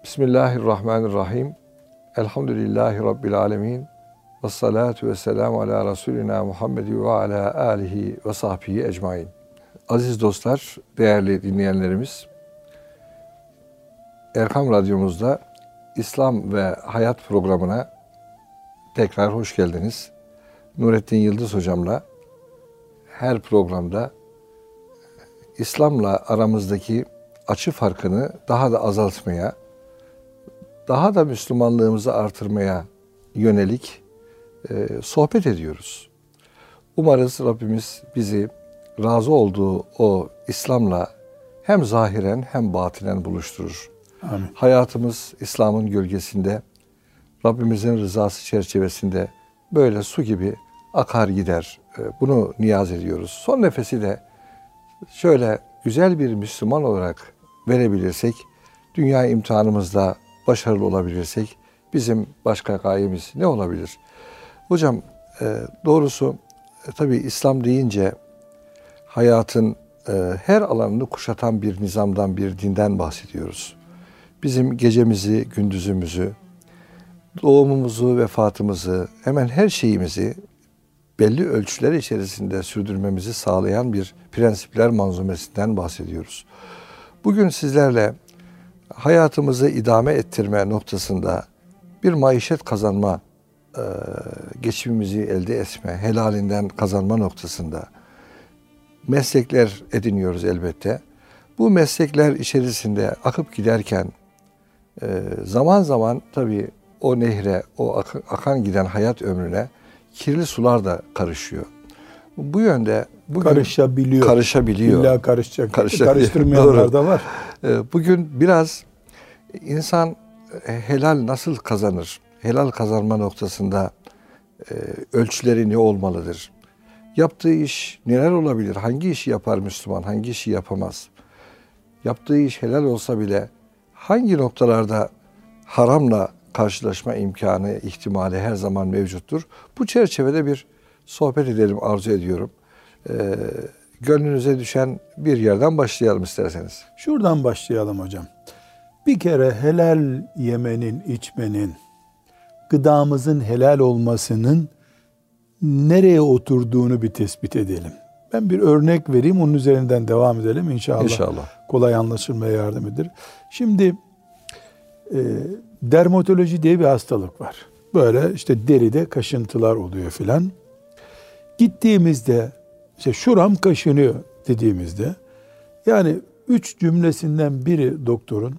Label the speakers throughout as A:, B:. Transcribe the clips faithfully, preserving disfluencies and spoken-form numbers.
A: Bismillahirrahmanirrahim. Elhamdülillahi Rabbil alemin. Vessalatu vesselamu ala Resulina Muhammedi ve ala alihi ve sahbihi ecmain. Aziz dostlar, değerli dinleyenlerimiz, Erkam Radyomuzda İslam ve Hayat programına tekrar hoş geldiniz. Nurettin Yıldız hocamla her programda İslam'la aramızdaki açı farkını daha da azaltmaya, daha da Müslümanlığımızı artırmaya yönelik e, sohbet ediyoruz. Umarız Rabbimiz bizi razı olduğu o İslam'la hem zahiren hem batinen buluşturur.
B: Amin.
A: Hayatımız İslam'ın gölgesinde, Rabbimizin rızası çerçevesinde böyle su gibi akar gider. E, bunu niyaz ediyoruz. Son nefesi de şöyle güzel bir Müslüman olarak verebilirsek, dünya imtihanımızda başarılı olabilirsek, bizim başka gayemiz ne olabilir? Hocam, e, doğrusu e, tabii İslam deyince hayatın e, her alanını kuşatan bir nizamdan, bir dinden bahsediyoruz. Bizim gecemizi, gündüzümüzü, doğumumuzu, vefatımızı, hemen her şeyimizi belli ölçüler içerisinde sürdürmemizi sağlayan bir prensipler manzumesinden bahsediyoruz. Bugün sizlerle hayatımızı idame ettirme noktasında bir maişet kazanma, geçimimizi elde etme, helalinden kazanma noktasında meslekler ediniyoruz elbette. Bu meslekler içerisinde akıp giderken zaman zaman tabii o nehre, o akan giden hayat ömrüne kirli sular da karışıyor. Bu yönde bugün
B: karışabiliyor.
A: Karışabiliyor.
B: İlla karışacak. Karıştırmayanlar da var.
A: Bugün biraz insan helal nasıl kazanır? Helal kazanma noktasında ölçüleri ne olmalıdır? Yaptığı iş neler olabilir? Hangi işi yapar Müslüman? Hangi işi yapamaz? Yaptığı iş helal olsa bile hangi noktalarda haramla karşılaşma imkanı, ihtimali her zaman mevcuttur? Bu çerçevede bir sohbet edelim arzu ediyorum. Ee, gönlünüze düşen bir yerden başlayalım isterseniz.
B: Şuradan başlayalım hocam. Bir kere helal yemenin, içmenin, gıdamızın helal olmasının nereye oturduğunu bir tespit edelim. Ben bir örnek vereyim, onun üzerinden devam edelim inşallah.
A: İnşallah.
B: Kolay anlaşılmaya yardım eder. Şimdi e, dermatoloji diye bir hastalık var. Böyle işte deride kaşıntılar oluyor filan. Gittiğimizde işte şuram kaşınıyor dediğimizde, yani üç cümlesinden biri doktorun,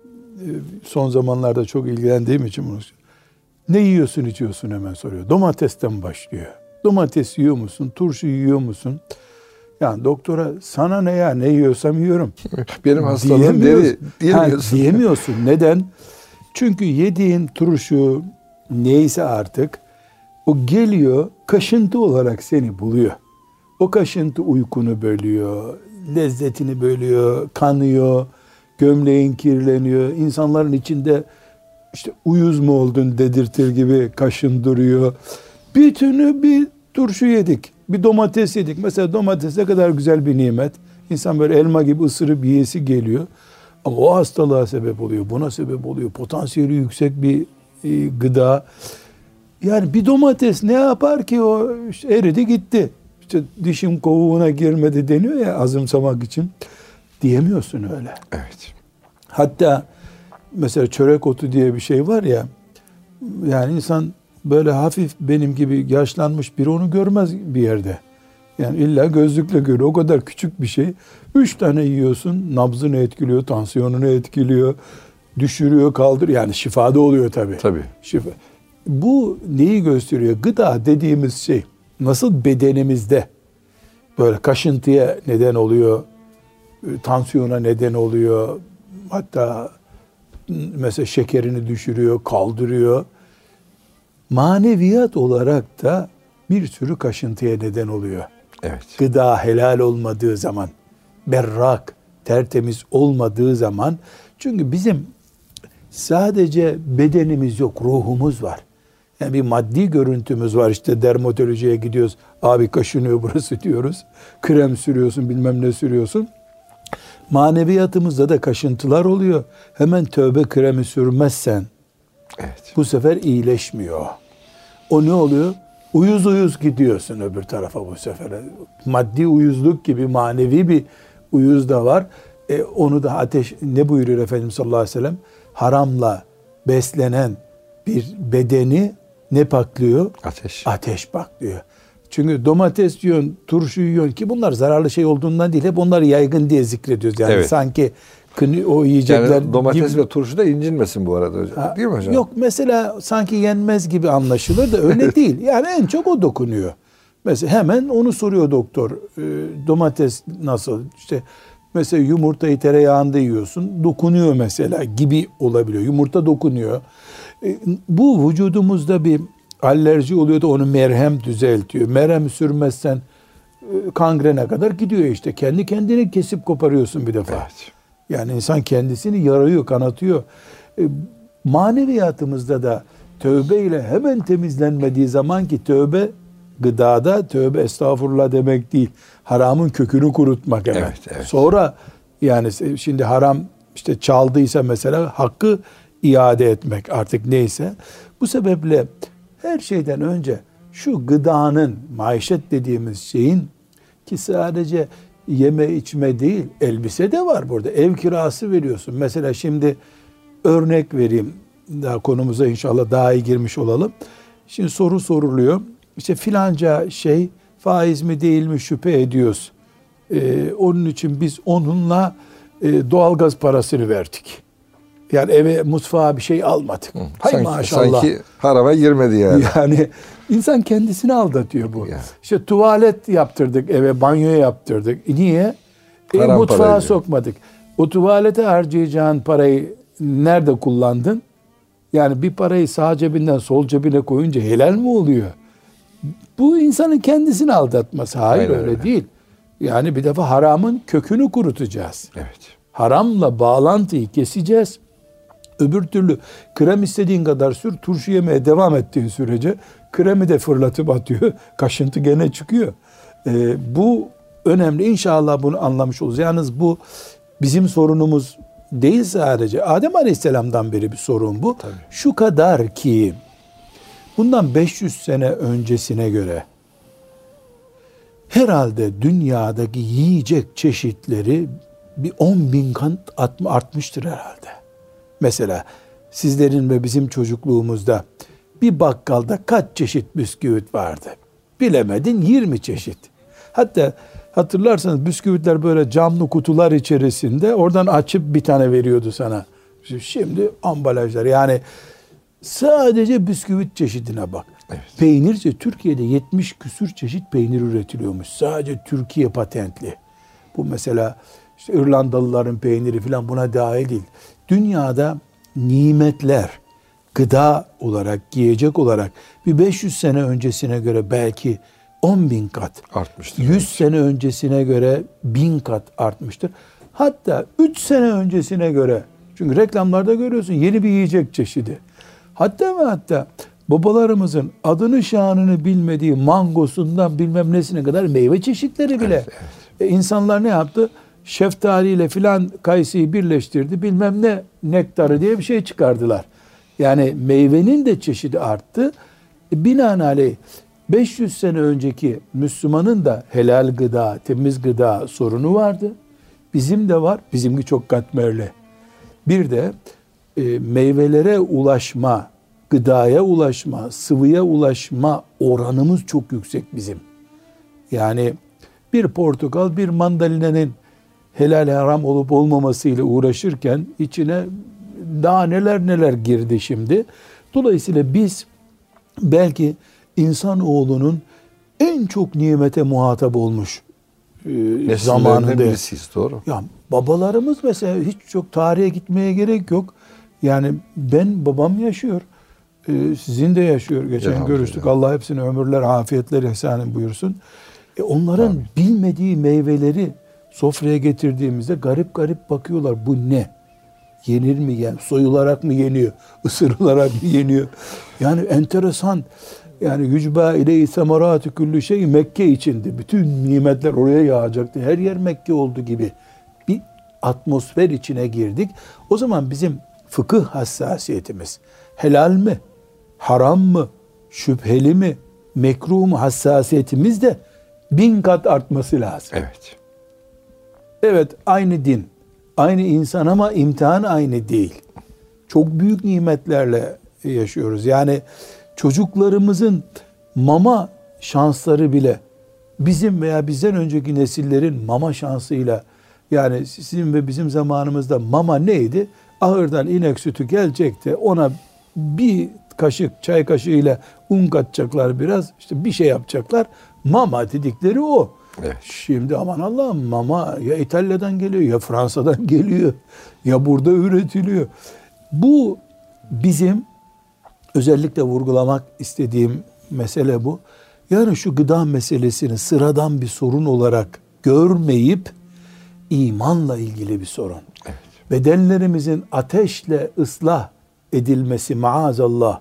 B: son zamanlarda çok ilgilendiğim için bunu, ne yiyorsun içiyorsun hemen soruyor. Domatesten başlıyor. Domates yiyor musun? Turşu yiyor musun? Yani doktora sana ne ya, ne yiyorsam yiyorum.
A: Benim hastalığım deri diyemiyorsun.
B: Ha, diyemiyorsun. Neden? Çünkü yediğin turşu neyse artık o geliyor, kaşıntı olarak seni buluyor. O kaşıntı uykunu bölüyor, lezzetini bölüyor, kanıyor, gömleğin kirleniyor. İnsanların içinde işte uyuz mu oldun dedirtir gibi kaşındırıyor. Bütünü bir turşu yedik, bir domates yedik. Mesela domates ne kadar güzel bir nimet. İnsan böyle elma gibi ısırıp yiyesi geliyor. Ama o hastalığa sebep oluyor, buna sebep oluyor. Potansiyeli yüksek bir e, gıda. Yani bir domates ne yapar ki, o işte eridi gitti. İşte dişim kovuğuna girmedi deniyor ya azımsamak için. Diyemiyorsun öyle.
A: Evet.
B: Hatta mesela çörek otu diye bir şey var ya, yani insan böyle hafif benim gibi yaşlanmış biri onu görmez bir yerde. Yani illa gözlükle görüyor. O kadar küçük bir şey. Üç tane yiyorsun, nabzını etkiliyor, tansiyonunu etkiliyor, düşürüyor, kaldırıyor. Yani şifada oluyor tabii.
A: Tabii.
B: Şifa. Bu neyi gösteriyor? Gıda dediğimiz şey nasıl bedenimizde böyle kaşıntıya neden oluyor, tansiyona neden oluyor, hatta mesela şekerini düşürüyor, kaldırıyor. Maneviyat olarak da bir sürü kaşıntıya neden oluyor.
A: Evet.
B: Gıda helal olmadığı zaman, berrak, tertemiz olmadığı zaman, çünkü bizim sadece bedenimiz yok, ruhumuz var. Yani bir maddi görüntümüz var, işte dermatolojiye gidiyoruz, abi kaşınıyor burası diyoruz. Krem sürüyorsun, bilmem ne sürüyorsun. Maneviyatımızda da kaşıntılar oluyor. Hemen tövbe kremi sürmezsen
A: Evet.
B: bu sefer iyileşmiyor. O ne oluyor? Uyuz uyuz gidiyorsun öbür tarafa bu sefer. Maddi uyuzluk gibi manevi bir uyuz da var. E, onu da ateş, ne buyuruyor Efendimiz sallallahu aleyhi ve sellem? Haramla beslenen bir bedeni ne paklıyor?
A: Ateş.
B: Ateş paklıyor. Çünkü domates yiyorsun, turşu yiyorsun ki bunlar zararlı şey olduğundan değil. Hep onları yaygın diye zikrediyoruz. Yani
A: Evet.
B: sanki o yiyecekler
A: Yani domates
B: gibi.
A: ve turşu da incinmesin bu arada hocam.
B: Ha,
A: Değil mi hocam?
B: Yok mesela sanki yenmez gibi anlaşılır da öyle değil. Yani en çok o dokunuyor. Mesela hemen onu soruyor doktor. E, domates nasıl? İşte mesela yumurtayı tereyağında yiyorsun. Dokunuyor mesela gibi olabiliyor. Yumurta dokunuyor. E, bu vücudumuzda bir alerji oluyor da onu merhem düzeltiyor. Merhem sürmezsen e, kangrene kadar gidiyor işte. Kendi kendini kesip koparıyorsun bir defa.
A: Evet.
B: Yani insan kendisini yarıyor, kanatıyor. E, maneviyatımızda da tövbe ile hemen temizlenmediği zaman ki tövbe gıdada tövbe estağfurullah demek değil. Haramın kökünü kurutmak hemen.
A: Evet, evet.
B: Sonra yani şimdi haram işte çaldıysa mesela hakkı iade etmek artık neyse. Bu sebeple her şeyden önce şu gıdanın, maişet dediğimiz şeyin ki sadece yeme içme değil, elbise de var burada. Ev kirası veriyorsun. Mesela şimdi örnek vereyim. Daha konumuza inşallah daha iyi girmiş olalım. Şimdi soru soruluyor. İşte filanca şey faiz mi değil mi şüphe ediyoruz. Ee, onun için biz onunla e, doğalgaz parasını verdik. Yani eve mutfağa bir şey almadık.
A: Hı,
B: Hay
A: sanki,
B: maşallah.
A: Sanki harama girmedi yani.
B: Yani insan kendisini aldatıyor bu.
A: Yani.
B: İşte tuvalet yaptırdık eve, banyo yaptırdık. Niye? E,
A: Haram
B: mutfağa
A: parayla.
B: sokmadık. O tuvalete harcayacağın parayı nerede kullandın? Yani bir parayı sağ cebinden sol cebine koyunca helal mi oluyor? Bu insanın kendisini aldatması. Hayır
A: Aynen
B: öyle
A: öyle.
B: değil. Yani bir defa haramın kökünü kurutacağız.
A: Evet.
B: Haramla bağlantıyı keseceğiz. Öbür türlü krem istediğin kadar sür, turşu yemeye devam ettiğin sürece kremi de fırlatıp atıyor. Kaşıntı gene çıkıyor. Ee, bu önemli. İnşallah bunu anlamış oluruz. Yalnız bu bizim sorunumuz değil sadece. Adem Aleyhisselam'dan beri bir sorun bu.
A: Tabii.
B: Şu kadar ki bundan beş yüz sene öncesine göre herhalde dünyadaki yiyecek çeşitleri bir on bin kat artmıştır herhalde. Mesela sizlerin ve bizim çocukluğumuzda bir bakkalda kaç çeşit bisküvit vardı? Bilemedin yirmi çeşit. Hatta hatırlarsanız bisküvitler böyle camlı kutular içerisinde oradan açıp bir tane veriyordu sana. Şimdi ambalajlar yani sadece bisküvit çeşidine bak.
A: Evet.
B: Peynirce Türkiye'de yetmiş küsür çeşit peynir üretiliyormuş. Sadece Türkiye patentli. Bu mesela işte İrlandalıların peyniri falan buna dahil değil. Dünyada nimetler gıda olarak, yiyecek olarak bir beş yüz sene öncesine göre belki on bin kat
A: Artmıştır.
B: yüz sene öncesine göre bin kat artmıştır. Hatta üç sene öncesine göre, çünkü reklamlarda görüyorsun yeni bir yiyecek çeşidi. Hatta ve hatta babalarımızın adını şanını bilmediği mangosundan bilmem nesine kadar meyve çeşitleri bile.
A: Evet, evet.
B: E insanlar ne yaptı? Şeftaliyle filan kayısıyı birleştirdi. Bilmem ne nektarı diye bir şey çıkardılar. Yani meyvenin de çeşidi arttı. E binaenaleyh beş yüz sene önceki Müslümanın da helal gıda, temiz gıda sorunu vardı. Bizim de var. Bizimki çok katmerli. Bir de e, meyvelere ulaşma, gıdaya ulaşma, sıvıya ulaşma oranımız çok yüksek bizim. Yani bir portakal, bir mandalina'nın helal haram olup olmamasıyla uğraşırken içine daha neler neler girdi şimdi. Dolayısıyla biz belki insanoğlunun en çok nimete muhatap olmuş e, zamanında.
A: birisiyiz, doğru.
B: Ya babalarımız mesela hiç çok tarihe gitmeye gerek yok. Yani ben babam yaşıyor. Ee, sizin de yaşıyor. Geçen görüştük. Allah hepsine ömürler, afiyetler ihsan buyursun. E onların Amin. Bilmediği meyveleri sofraya getirdiğimizde garip garip bakıyorlar. Bu ne? Yenir mi? Yani soyularak mı yeniyor? Isırılarak mı yeniyor? Yani enteresan. Yani yücba ile semeratü küllü şey Mekke içindi. Bütün nimetler oraya yağacaktı. Her yer Mekke oldu gibi. Bir atmosfer içine girdik. O zaman bizim fıkıh hassasiyetimiz helal mi, haram mı, şüpheli mi, mekruh mu hassasiyetimiz de bin kat artması lazım.
A: Evet.
B: Evet, aynı din, aynı insan ama imtihan aynı değil. Çok büyük nimetlerle yaşıyoruz. Yani çocuklarımızın mama şansları bile bizim veya bizden önceki nesillerin mama şansıyla, yani sizin ve bizim zamanımızda mama neydi? Ahırdan inek sütü gelecekti. Ona bir kaşık, çay kaşığıyla un katacaklar biraz. İşte bir şey yapacaklar. Mama dedikleri o.
A: Evet.
B: Şimdi aman Allah'ım, mama ya İtalya'dan geliyor, ya Fransa'dan geliyor, ya burada üretiliyor. Bu bizim özellikle vurgulamak istediğim mesele bu. Yani şu gıda meselesini sıradan bir sorun olarak görmeyip imanla ilgili bir sorun.
A: Evet.
B: Bedenlerimizin ateşle ıslah edilmesi maazallah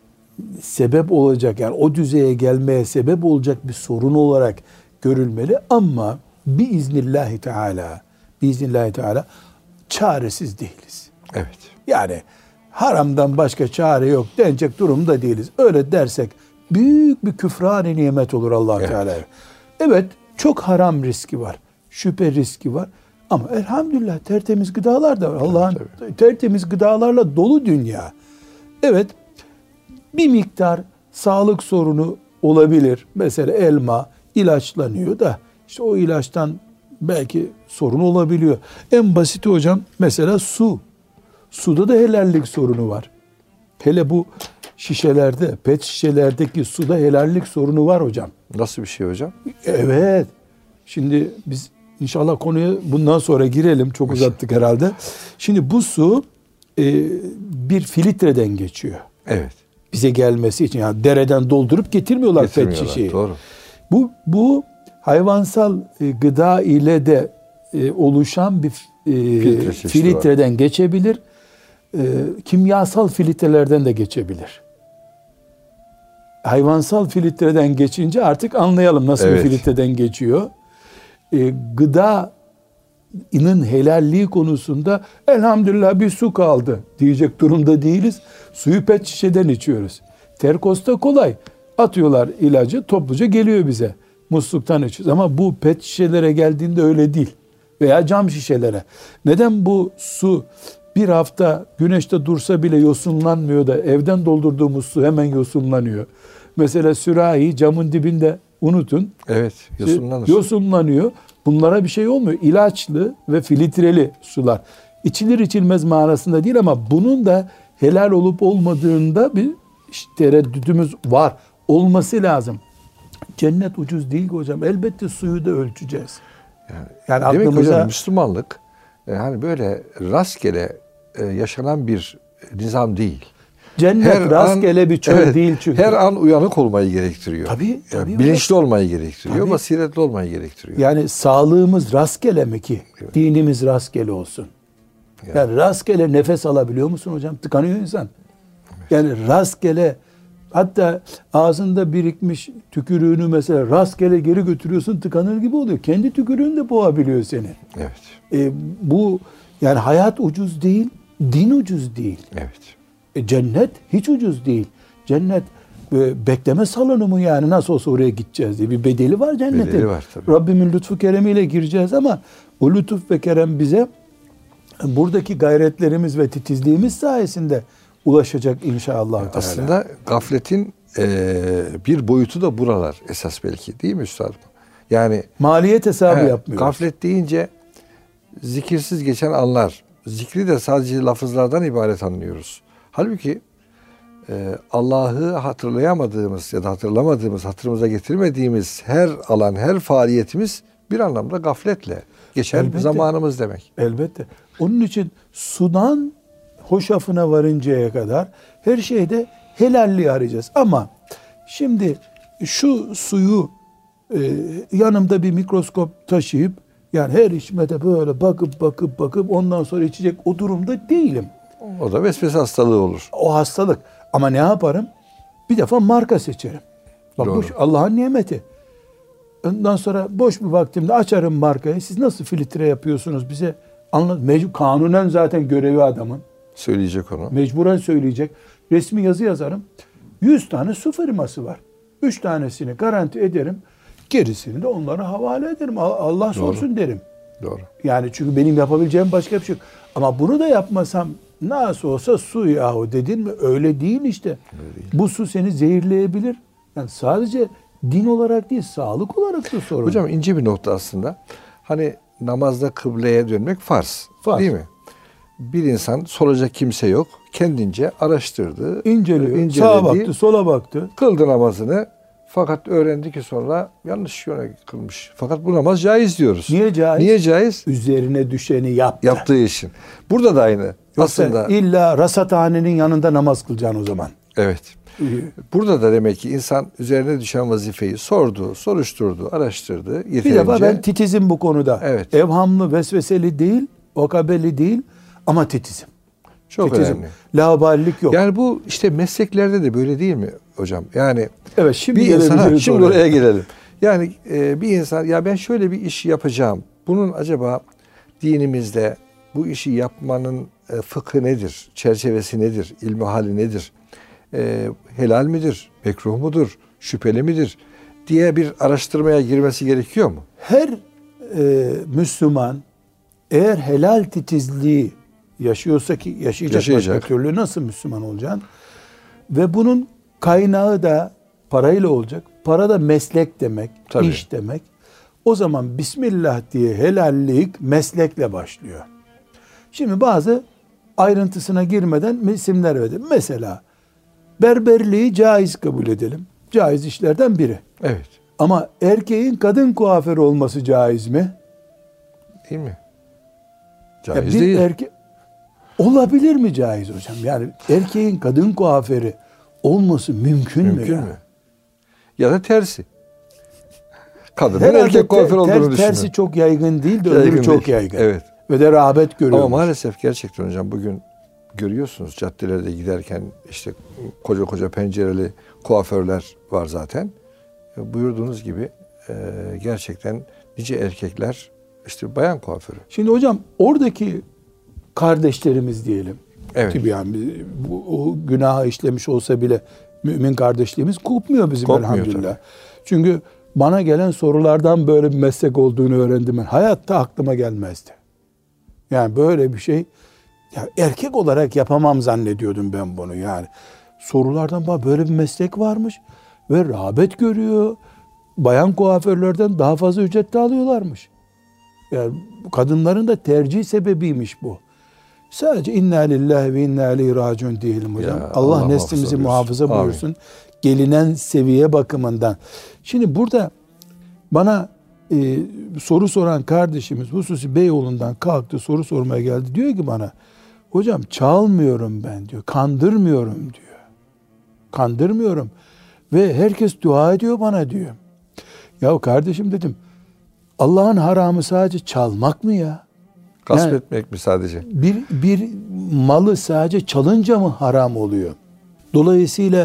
B: sebep olacak, yani o düzeye gelmeye sebep olacak bir sorun olarak görülmeli ama biiznillahü teala biiznillahü teala çaresiz değiliz.
A: Evet.
B: Yani haramdan başka çare yok denecek durumda değiliz. Öyle dersek büyük bir küfran-ı nimet olur Allah
A: Evet.
B: Teala. Evet, çok haram riski var. Şüphe riski var. Ama elhamdülillah tertemiz gıdalar da var. Allah'ın tertemiz gıdalarla dolu dünya. Evet, bir miktar sağlık sorunu olabilir. Mesela elma ilaçlanıyor da işte o ilaçtan belki sorun olabiliyor. En basiti hocam mesela su. Suda da helallik sorunu var. Hele bu şişelerde, pet şişelerdeki suda helallik sorunu var hocam.
A: Nasıl bir şey hocam?
B: Evet. Şimdi biz inşallah konuya bundan sonra girelim. Çok uzattık herhalde. Şimdi bu su e, bir filtreden geçiyor.
A: Evet.
B: Bize gelmesi için. Yani dereden doldurup getirmiyorlar, pet
A: Getirmiyorlar,
B: şişeyi.
A: doğru.
B: Bu, bu hayvansal e, gıda ile de e, oluşan bir e,
A: Filtre çeşidi
B: filtreden geçebilir. E, kimyasal filtrelerden de geçebilir. Hayvansal filtreden geçince artık anlayalım nasıl
A: Evet.
B: bir filtreden geçiyor. E, gıdanın helalliği konusunda elhamdülillah bir su kaldı diyecek durumda değiliz. Suyu pet şişeden içiyoruz. Terkosta kolay. Atıyorlar ilacı, topluca geliyor bize. Musluktan içiyoruz. Ama bu pet şişelere geldiğinde öyle değil. Veya cam şişelere. Neden bu su bir hafta güneşte dursa bile yosunlanmıyor da evden doldurduğumuz su hemen yosunlanıyor? Mesela sürahi camın dibinde unutun.
A: Evet. Yosunlanır.
B: Yosunlanıyor. Bunlara bir şey olmuyor. İlaçlı ve filtreli sular. İçilir içilmez manasında değil ama bunun da helal olup olmadığında bir tereddütümüz var. Olması lazım. Cennet ucuz değil ki hocam. Elbette suyu da ölçeceğiz.
A: Yani,
B: Yani
A: demek
B: aklımıza...
A: hocam Müslümanlık e, hani böyle rastgele e, yaşanan bir nizam değil.
B: Cennet
A: Her
B: rastgele
A: an-
B: bir çöl
A: evet,
B: değil çünkü.
A: Her an uyanık olmayı gerektiriyor.
B: Tabii, tabii
A: Yani
B: hocam.
A: bilinçli olmayı gerektiriyor.
B: Tabii.
A: Basiretli olmayı gerektiriyor.
B: Yani sağlığımız rastgele mi ki? Dinimiz rastgele olsun.
A: Yani.
B: Yani rastgele nefes alabiliyor musun hocam? Tıkanıyor insan. Yani rastgele, hatta ağzında birikmiş tükürüğünü mesela rastgele geri götürüyorsun, tıkanır gibi oluyor. Kendi tükürüğün de boğabiliyor seni.
A: Evet.
B: E, bu yani hayat ucuz değil, din ucuz değil.
A: Evet.
B: E, cennet hiç ucuz değil. Cennet e, bekleme salonu mu yani, nasıl olsa oraya gideceğiz diye bir bedeli var cennetin.
A: Bedeli var tabii.
B: Rabbimin lütfu keremiyle gireceğiz ama o lütuf ve kerem bize buradaki gayretlerimiz ve titizliğimiz sayesinde ulaşacak inşallah.
A: Aslında gafletin e, bir boyutu da buralar esas belki, değil mi üstadım? Yani
B: maliyet hesabı
A: he,
B: yapmıyoruz.
A: gaflet deyince zikirsiz geçen anlar. Zikri de sadece lafızlardan ibaret anlıyoruz. Halbuki e, Allah'ı hatırlayamadığımız ya da hatırlamadığımız, hatırımıza getirmediğimiz her alan, her faaliyetimiz bir anlamda gafletle geçen
B: Elbette.
A: zamanımız demek.
B: Elbette. Onun için sudan hoşafına varıncaya kadar her şeyde helalliği arayacağız. Ama şimdi şu suyu e, yanımda bir mikroskop taşıyıp yani her içmede böyle bakıp bakıp bakıp ondan sonra içecek o durumda değilim.
A: O da vesvese hastalığı olur.
B: O hastalık. Ama ne yaparım? Bir defa marka seçerim. Bak bu
A: Doğru.
B: Allah'ın nimeti. Ondan sonra boş bir vaktimde açarım markayı. Siz nasıl filtre yapıyorsunuz bize Anla, mecbur, kanunen zaten görevi adamın.
A: Söyleyecek onu.
B: Mecburen söyleyecek. Resmi yazı yazarım. yüz tane su firması var. üç tanesini garanti ederim. Gerisini de onlara havale ederim. Allah sorsun derim.
A: Doğru.
B: Yani çünkü benim yapabileceğim başka bir şey yok. Ama bunu da yapmasam nasıl olsa su yahu dedin mi? Öyle değil işte.
A: Öyle değil.
B: Bu su seni zehirleyebilir. Yani sadece din olarak değil, sağlık olarak da sorun.
A: Hocam ince bir nokta aslında. Hani namazda kıbleye dönmek farz.
B: Farz.
A: Değil mi? Bir insan soracak kimse yok. Kendince araştırdı.
B: İnceliyor.
A: inceledi,
B: Sağa baktı, sola baktı.
A: kıldı namazını. Fakat öğrendi ki sonra yanlış yöne kılmış. Fakat bu namaz caiz diyoruz.
B: Niye caiz?
A: Niye caiz?
B: Üzerine düşeni yaptı.
A: Yaptığı için. Burada da aynı.
B: Yoksa
A: Aslında
B: illa rasathanenin yanında namaz kılacaksın o zaman.
A: evet. Burada da demek ki insan üzerine düşen vazifeyi sordu, soruşturdu, araştırdı. Yeterince.
B: Bir defa ben titizim bu konuda.
A: Evet.
B: Evhamlı, vesveseli değil, vakabeli değil ama titizim.
A: Çok
B: titizim.
A: önemli.
B: Laubalilik yok.
A: Yani bu işte mesleklerde de böyle değil mi hocam? Yani
B: evet, şimdi
A: bir insan, ha,
B: gelebiliriz
A: şimdi
B: oraya.
A: oraya gelelim. Yani e, bir insan ya ben şöyle bir iş yapacağım. Bunun acaba dinimizde bu işi yapmanın e, fıkhı nedir? Çerçevesi nedir? İlmihali nedir? E, helal midir? Mekruh mudur? Şüpheli midir? Diye bir araştırmaya girmesi gerekiyor mu?
B: Her e, Müslüman eğer helal titizliği yaşıyorsa ki yaşayacak,
A: Yaşayacak.
B: başka türlü nasıl Müslüman olacaksın? Ve bunun kaynağı da parayla olacak. Para da meslek demek,
A: Tabii.
B: iş demek. O zaman Bismillah diye helallik meslekle başlıyor. Şimdi bazı ayrıntısına girmeden isimler verelim. Mesela berberliği caiz kabul edelim. Caiz işlerden biri.
A: Evet.
B: Ama erkeğin kadın kuaförü olması caiz mi?
A: Değil mi?
B: Ya
A: Caiz
B: bir
A: değil.
B: erke- olabilir mi caiz hocam? Yani erkeğin kadın kuaförü olması mümkün,
A: Mümkün
B: mü?
A: mü?
B: Ya?
A: Ya da tersi. Kadının
B: Herhalde
A: erkek kuaför
B: ter-
A: olduğunu
B: ter-
A: düşünün.
B: Tersi çok yaygın değil de
A: Yaygın
B: öbürü çok
A: değil.
B: yaygın.
A: Evet.
B: Ve de rağbet görüyor.
A: Ama maalesef gerçekten hocam bugün görüyorsunuz caddelerde giderken işte koca koca pencereli kuaförler var zaten. E, buyurduğunuz gibi e, gerçekten nice erkekler işte bayan kuaförü.
B: Şimdi hocam oradaki kardeşlerimiz diyelim.
A: Evet.
B: Tabii yani bu, o günahı işlemiş olsa bile mümin kardeşliğimiz kopmuyor bizim
A: Kopmuyor
B: elhamdülillah.
A: tabii.
B: Çünkü bana gelen sorulardan böyle bir meslek olduğunu öğrendim ben. Hayatta aklıma gelmezdi. Yani böyle bir şey ya erkek olarak yapamam zannediyordum ben bunu yani. Sorulardan bana böyle bir meslek varmış ve rağbet görüyor. Bayan kuaförlerden daha fazla ücret de alıyorlarmış. Yani kadınların da tercih sebebiymiş bu. Sadece inna lillahi ve inna ileyhi raciun diyelim hocam.
A: Ya,
B: Allah,
A: Allah
B: neslimizi
A: muhafaza
B: muhafaza
A: buyursun.
B: buyursun. Gelinen seviye bakımından. Şimdi burada bana e, soru soran kardeşimiz hususi Beyoğlu'ndan kalktı, soru sormaya geldi. Diyor ki bana, hocam çalmıyorum ben diyor, kandırmıyorum diyor. Kandırmıyorum. Ve herkes dua ediyor bana diyor. Ya kardeşim dedim, Allah'ın haramı sadece çalmak mı ya?
A: Gasp
B: Yani-
A: etmek mi sadece?
B: Bir, bir malı sadece çalınca mı haram oluyor? Dolayısıyla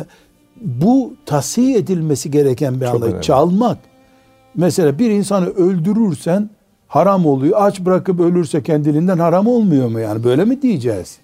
B: bu tasih edilmesi gereken bir
A: Çok
B: anlayış.
A: önemli.
B: Çalmak. Mesela bir insanı öldürürsen haram oluyor. Aç bırakıp ölürse kendiliğinden haram olmuyor mu yani? Böyle mi diyeceğiz?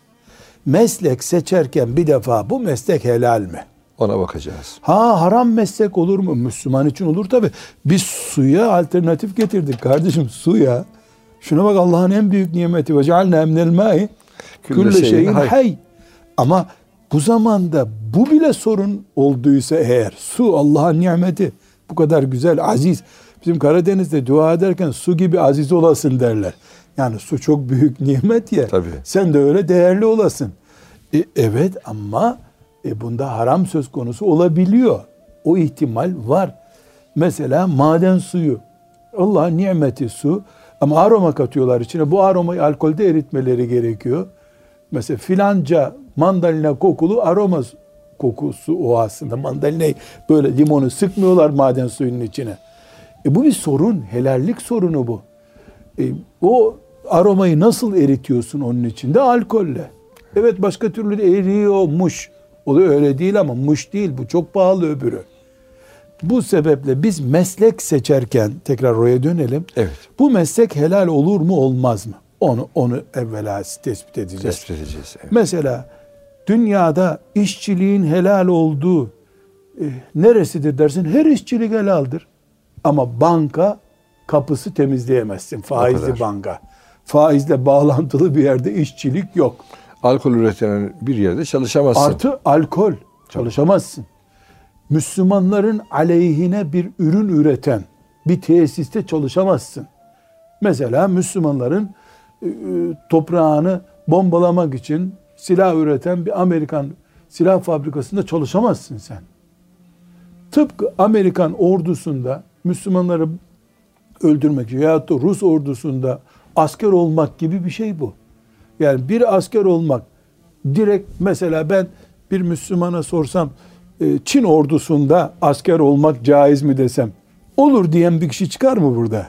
B: Meslek seçerken bir defa bu meslek helal mi?
A: Ona bakacağız.
B: Ha haram meslek olur mu? Müslüman için olur tabi. Biz suya alternatif getirdik kardeşim, suya. Şuna bak, Allah'ın en büyük nimeti. Ve cealna minel ma'i külle şeyin hay. Ama bu zamanda bu bile sorun olduysa eğer, su Allah'ın nimeti, bu kadar güzel, aziz. Bizim Karadeniz'de dua ederken su gibi aziz olasın derler. Yani su çok büyük nimet ya.
A: Tabii.
B: Sen de öyle değerli olasın. E, evet ama e, bunda haram söz konusu olabiliyor. O ihtimal var. Mesela maden suyu. Allah'ın nimeti su. Ama aroma katıyorlar içine. Bu aromayı alkolde eritmeleri gerekiyor. Mesela filanca mandalina kokulu aroma kokusu o aslında. Mandalinayı böyle limonu sıkmıyorlar maden suyunun içine. E bu bir sorun. Helallik sorunu bu. E, o aromayı nasıl eritiyorsun onun içinde? Alkolle. Evet, başka türlü de eriyormuş. O da öyle değil ama muş değil. Bu çok pahalı öbürü. Bu sebeple biz meslek seçerken tekrar oraya dönelim.
A: Evet.
B: Bu meslek helal olur mu olmaz mı? Onu onu evvela tespit edeceğiz.
A: Tespit edeceğiz. Evet.
B: Mesela dünyada işçiliğin helal olduğu e, neresidir dersin? Her işçilik helaldir. Ama banka kapısı temizleyemezsin. Faizli banka. Faizle bağlantılı bir yerde işçilik yok.
A: Alkol üreten bir yerde çalışamazsın.
B: Artı alkol. Çalışamazsın. Müslümanların aleyhine bir ürün üreten bir tesiste çalışamazsın. Mesela Müslümanların e, toprağını bombalamak için silah üreten bir Amerikan silah fabrikasında çalışamazsın sen. Tıpkı Amerikan ordusunda Müslümanları öldürmek için veyahut da Rus ordusunda asker olmak gibi bir şey bu. Yani bir asker olmak direkt, mesela ben bir Müslümana sorsam Çin ordusunda asker olmak caiz mi desem, olur diyen bir kişi çıkar mı burada?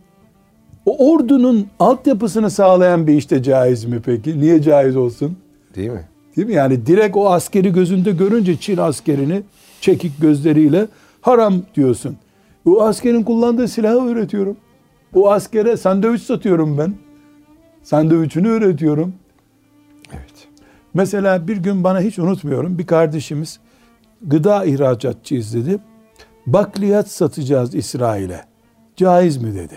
B: O ordunun altyapısını sağlayan bir işte caiz mi peki? Niye caiz olsun?
A: Değil mi?
B: Değil mi? Yani direkt o askeri gözünde görünce Çin askerini çekik gözleriyle haram diyorsun. O askerin kullandığı silahı öğretiyorum. O askere sandviç satıyorum ben. Sandviçini öğretiyorum.
A: Evet.
B: Mesela bir gün, bana hiç unutmuyorum, bir kardeşimiz gıda ihracatçıyız dedi. Bakliyat satacağız İsrail'e. Caiz mi dedi.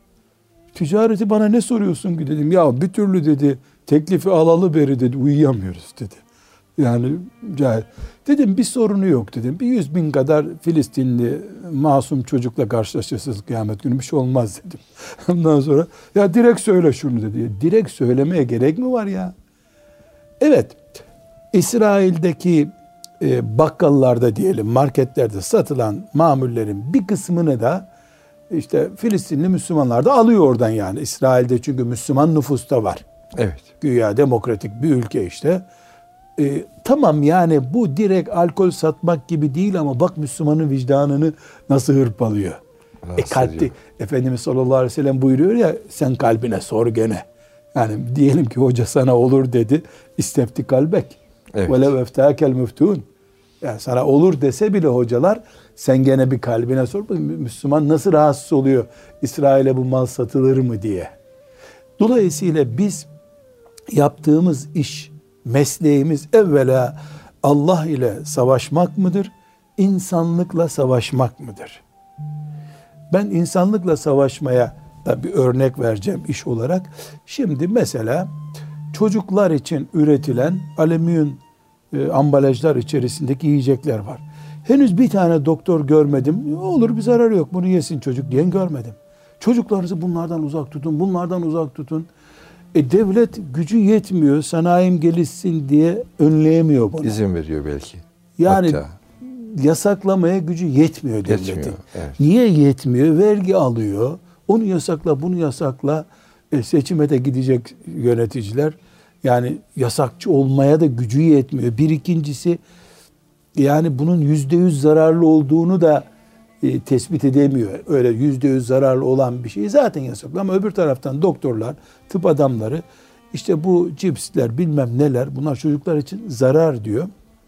B: Ticareti bana ne soruyorsun ki dedim. Ya bir türlü dedi teklifi alalı beri dedi uyuyamıyoruz dedi. Yani caiz. Dedim bir sorunu yok dedim. Bir yüz bin kadar Filistinli masum çocukla karşılaşırsınız kıyamet günü, bir şey olmaz dedim. Ondan sonra ya direkt söyle şunu dedi. Ya, direkt söylemeye gerek mi var ya? Evet, İsrail'deki e, bakkallarda diyelim, marketlerde satılan mamullerin bir kısmını da işte Filistinli Müslümanlar da alıyor oradan yani. İsrail'de çünkü Müslüman nüfus da var.
A: Evet.
B: Güya demokratik bir ülke işte. E, tamam yani bu direkt alkol satmak gibi değil ama bak Müslümanın vicdanını nasıl hırpalıyor. E kalpte, Efendimiz sallallahu aleyhi ve sellem buyuruyor ya, sen kalbine sor gene. Yani diyelim ki hoca sana olur dedi. İstefti kalbek.
A: Evet.
B: Velev eftakel müftun. Yani sana olur dese bile hocalar, sen gene bir kalbine sor. Müslüman nasıl rahatsız oluyor İsrail'e bu mal satılır mı diye. Dolayısıyla biz yaptığımız iş, mesleğimiz evvela Allah ile savaşmak mıdır? İnsanlıkla savaşmak mıdır? Ben insanlıkla savaşmaya da bir örnek vereceğim iş olarak. Şimdi mesela çocuklar için üretilen alüminyum e, ambalajlar içerisindeki yiyecekler var. Henüz bir tane doktor görmedim. Olur bir zararı yok, bunu yesin çocuk diyen görmedim. Çocuklarınızı bunlardan uzak tutun, bunlardan uzak tutun. E devlet gücü yetmiyor, sanayim gelişsin diye önleyemiyor bunu.
A: İzin veriyor belki.
B: Yani
A: Hatta
B: yasaklamaya gücü yetmiyor devletin.
A: Yetmiyor, evet.
B: Niye yetmiyor? Vergi alıyor. Onu yasakla, bunu yasakla. E, seçime de gidecek yöneticiler. Yani yasakçı olmaya da gücü yetmiyor. Bir ikincisi, yani bunun yüzde yüz zararlı olduğunu da e, tespit edemiyor. Öyle yüzde yüz zararlı olan bir şeyi zaten yasaklı. Ama öbür taraftan doktorlar, tıp adamları, işte bu cipsler bilmem neler, bunlar çocuklar için zarar diyor.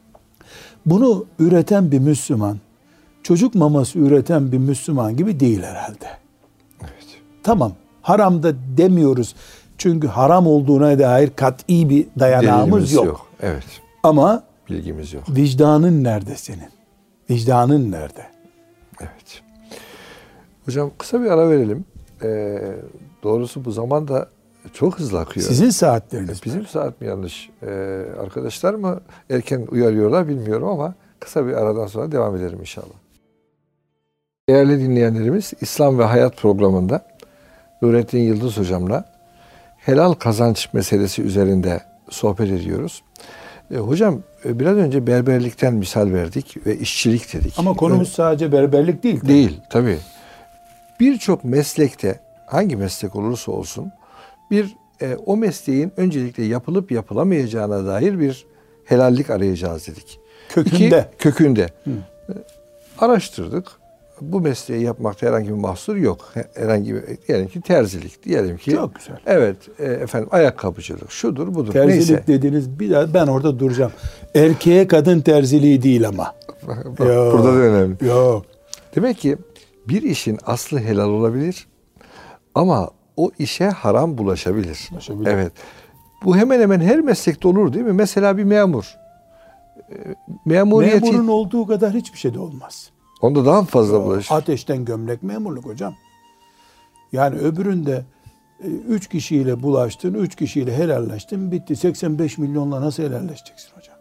B: Bunu üreten bir Müslüman, çocuk maması üreten bir Müslüman gibi değil herhalde.
A: evet.
B: Tamam, haram da demiyoruz. Çünkü haram olduğuna dair kat'i bir dayanağımız
A: Delilimiz
B: yok.
A: yok. Evet.
B: Ama
A: Bilgimiz yok.
B: vicdanın nerede senin? Vicdanın nerede?
A: Evet. Hocam kısa bir ara verelim. Ee, doğrusu bu zaman da çok hızlı akıyor.
B: Sizin saatleriniz.
A: Bizim saat mi yanlış? Ee, arkadaşlar mı erken uyarıyorlar bilmiyorum ama kısa bir aradan sonra devam edelim inşallah. Değerli dinleyenlerimiz, İslam ve Hayat programında Nurettin Yıldız hocamla helal kazanç meselesi üzerinde sohbet ediyoruz. E, hocam e, biraz önce berberlikten misal verdik ve işçilik dedik.
B: Ama konumuz
A: Öyle,
B: sadece berberlik değil. Tabii.
A: değil tabii. Birçok meslekte, hangi meslek olursa olsun, bir e, o mesleğin öncelikle yapılıp yapılamayacağına dair bir helallik arayacağız dedik.
B: Kökünde.
A: İki, kökünde. Hı. E, araştırdık. Bu mesleği yapmakta herhangi bir mahsur yok. Herhangi bir, diyelim ki terzilik, diyelim ki.
B: Çok güzel.
A: Evet, e, efendim ayakkabıcılık, şudur budur.
B: Terzilik
A: neyse.
B: dediniz, bir daha ben orada duracağım. Erkeğe kadın terziliği değil ama.
A: Bak, burada da önemli.
B: Yok.
A: Demek ki bir işin aslı helal olabilir ama o işe haram bulaşabilir.
B: Bulaşabilir.
A: Evet. Bu hemen hemen her meslekte olur değil mi? Mesela bir memur. E, Memuriyeti...
B: Memurun olduğu kadar hiçbir şey de olmaz.
A: Onda daha fazla bulaşır.
B: Ateşten gömlek memurluk hocam. Yani öbüründe e, üç kişiyle bulaştın, üç kişiyle helalleştin, bitti. seksen beş milyonla nasıl helalleşeceksin hocam?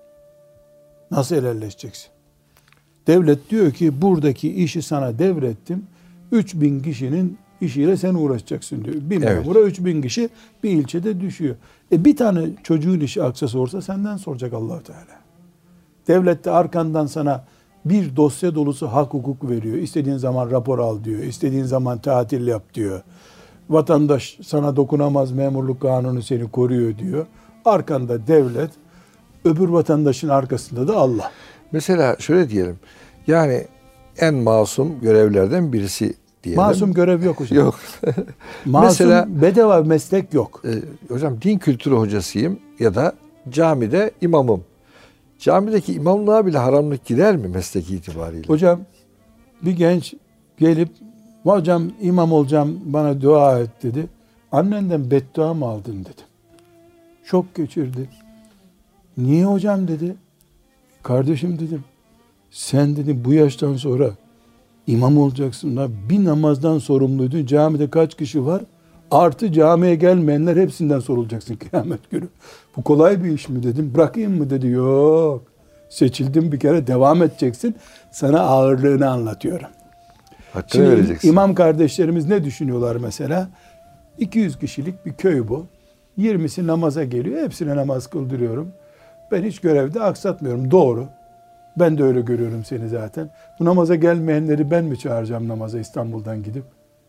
B: Nasıl helalleşeceksin? Devlet diyor ki buradaki işi sana devrettim. üç bin kişinin işiyle sen uğraşacaksın diyor. Bir
A: Evet.
B: memura üç bin kişi bir ilçede düşüyor. E bir tane çocuğun işi aksa sorsa senden soracak Allah-u Teala. Devlet de arkandan sana bir dosya dolusu hak hukuk veriyor. İstediğin zaman rapor al diyor. İstediğin zaman tatil yap diyor. Vatandaş sana dokunamaz, memurluk kanunu seni koruyor diyor. Arkanda devlet, öbür vatandaşın arkasında da Allah.
A: Mesela şöyle diyelim. Yani en masum görevlerden birisi diyelim.
B: Masum görev yok hocam.
A: Yok.
B: Masum
A: Mesela,
B: bedava meslek yok.
A: e, hocam din kültürü hocasıyım ya da camide imamım. Camideki imamlığa bile haramlık gider mi meslek itibariyle?
B: Hocam bir genç gelip hocam imam olacağım bana dua et dedi. Annenden beddua mı aldın dedim. Şok geçirdi. Niye hocam dedi. Kardeşim dedim. Sen dedi bu yaştan sonra imam olacaksın. Da bir namazdan sorumluydun. Camide kaç kişi var? Artı camiye gelmeyenler hepsinden sorulacaksın kıyamet günü. Bu kolay bir iş mi dedim. Bırakayım mı dedi. Yok. Seçildim bir kere devam edeceksin. Sana ağırlığını anlatıyorum.
A: Hakkını
B: Şimdi
A: vereceksin.
B: imam kardeşlerimiz ne düşünüyorlar mesela? iki yüz kişilik bir köy bu. yirmisi namaza geliyor. Hepsine namaz kıldırıyorum. Ben hiç görevde aksatmıyorum. Doğru. Ben de öyle görüyorum seni zaten. Bu namaza gelmeyenleri ben mi çağıracağım namaza İstanbul'dan gidip?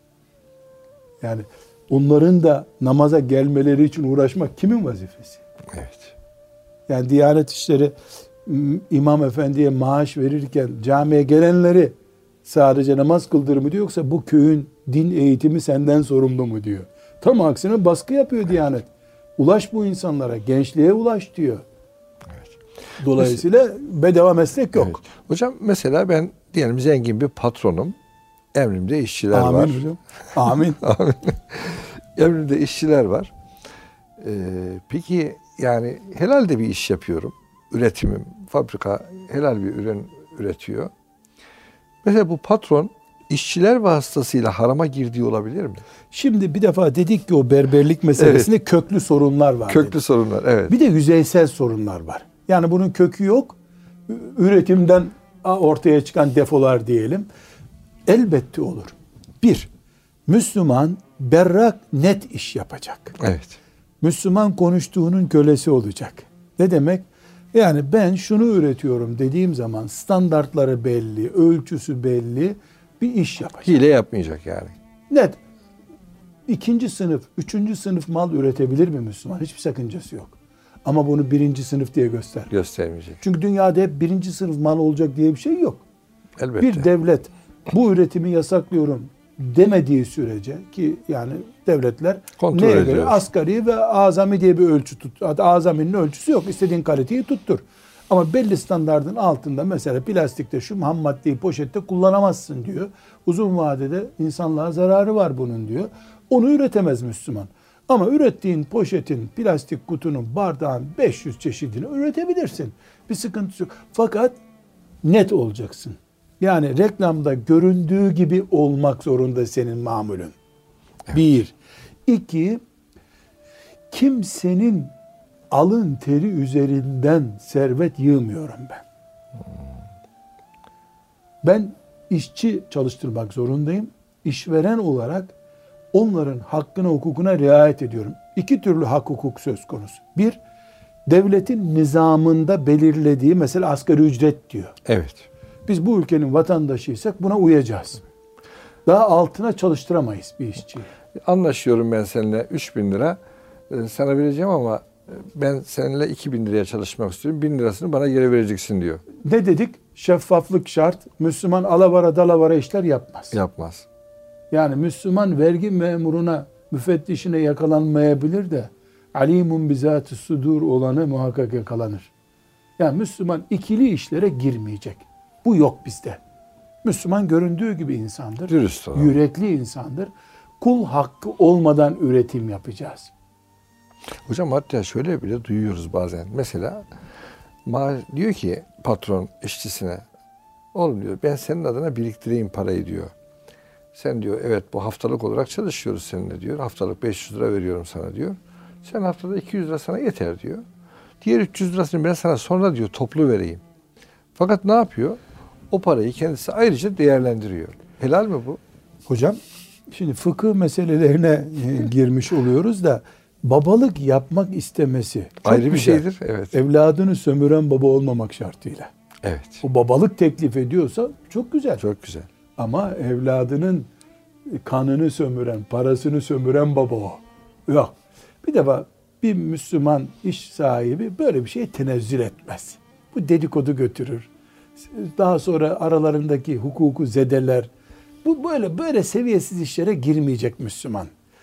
B: Yani onların da namaza gelmeleri için uğraşmak kimin vazifesi?
A: Evet.
B: Yani Diyanet İşleri imam efendiye maaş verirken camiye gelenleri sadece namaz kıldır mı diyor, yoksa bu köyün din eğitimi senden sorumlu mu diyor. Tam aksine baskı yapıyor Diyanet. Ulaş bu insanlara, gençliğe ulaş diyor.
A: Evet.
B: Dolayısıyla bedava meslek yok.
A: Evet. Hocam mesela ben diyelim zengin bir patronum. Emrimde işçiler
B: Amin
A: var.
B: hocam. Amin.
A: Amin. Emrimde işçiler var. Ee, peki yani helal de bir iş yapıyorum. Üretimim, fabrika helal bir ürün üretiyor. Mesela bu patron işçiler vasıtasıyla harama girdiği olabilir mi?
B: Şimdi bir defa dedik ki o berberlik meselesinde evet. köklü sorunlar var.
A: Köklü
B: dedik.
A: sorunlar, evet.
B: Bir de yüzeysel sorunlar var. Yani bunun kökü yok. Üretimden ortaya çıkan defolar diyelim. Elbette olur. Bir, Müslüman berrak, net iş yapacak.
A: Evet.
B: Müslüman konuştuğunun kölesi olacak. Ne demek? Yani ben şunu üretiyorum dediğim zaman standartları belli, ölçüsü belli bir iş yapacak.
A: Hile yapmayacak yani.
B: Net. İkinci sınıf, üçüncü sınıf mal üretebilir mi Müslüman? Hiçbir sakıncası yok. Ama bunu birinci sınıf diye göster.
A: Göstermeyecek.
B: Çünkü dünyada hep birinci sınıf mal olacak diye bir şey yok.
A: Elbette.
B: Bir devlet bu üretimi yasaklıyorum demediği sürece, ki yani devletler
A: kontrol
B: neye
A: ediyor.
B: göre asgari ve azami diye bir ölçü tut. Azaminin ölçüsü yok. İstediğin kaliteyi tuttur. Ama belli standardın altında mesela plastikte şu ham maddeyi poşette kullanamazsın diyor. Uzun vadede insanlığa zararı var bunun diyor. Onu üretemez Müslüman. Ama ürettiğin poşetin, plastik kutunun, bardağın beş yüz çeşidini üretebilirsin. Bir sıkıntı yok. Fakat net olacaksın. Yani reklamda göründüğü gibi olmak zorunda senin mamulün. Evet. Bir. İki, kimsenin alın teri üzerinden servet yığmıyorum ben. Ben işçi çalıştırmak zorundayım. İşveren olarak onların hakkına, hukukuna riayet ediyorum. İki türlü hak hukuk söz konusu. Bir, devletin nizamında belirlediği mesela asgari ücret diyor.
A: Evet.
B: Biz bu ülkenin vatandaşıysak buna uyacağız. Daha altına çalıştıramayız bir işçiyi.
A: Anlaşıyorum ben seninle üç bin lira sana vereceğim ama ben seninle iki bin liraya çalışmak istiyorum. bin lirasını bana geri vereceksin diyor.
B: Ne dedik? Şeffaflık şart. Müslüman alavara dalavara işler yapmaz.
A: Yapmaz.
B: Yani Müslüman vergi memuruna, müfettişine yakalanmayabilir de alimun bizat-ı sudur olanı muhakkak yakalanır. Yani Müslüman ikili işlere girmeyecek. Bu yok bizde. Müslüman göründüğü gibi insandır.
A: Dürüst olan.
B: Yürekli insandır. kul hakkı olmadan üretim yapacağız.
A: Hocam hatta şöyle bile duyuyoruz bazen. Mesela ma- diyor ki patron işçisine, oğlum diyor ben senin adına biriktireyim parayı diyor. Sen diyor evet bu haftalık olarak çalışıyoruz seninle diyor. Haftalık beş yüz lira veriyorum sana diyor. Sen haftada iki yüz lira sana yeter diyor. Diğer üç yüz lirasını ben sana sonra diyor toplu vereyim. Fakat ne yapıyor? O parayı kendisi ayrıca değerlendiriyor. Helal mi bu?
B: Hocam şimdi fıkıh meselelerine e, girmiş oluyoruz da babalık yapmak istemesi çok
A: Ayrı bir
B: güzel.
A: şeydir. Evet.
B: Evladını sömüren baba olmamak şartıyla.
A: Evet.
B: O babalık teklif ediyorsa çok güzel.
A: Çok güzel.
B: Ama evladının kanını sömüren, parasını sömüren baba o. Yok. Bir defa bir Müslüman iş sahibi böyle bir şeye tenezzül etmez. Bu dedikodu götürür. Daha sonra aralarındaki hukuku zedeler. Bu böyle böyle seviyesiz işlere girmeyecek Müslüman.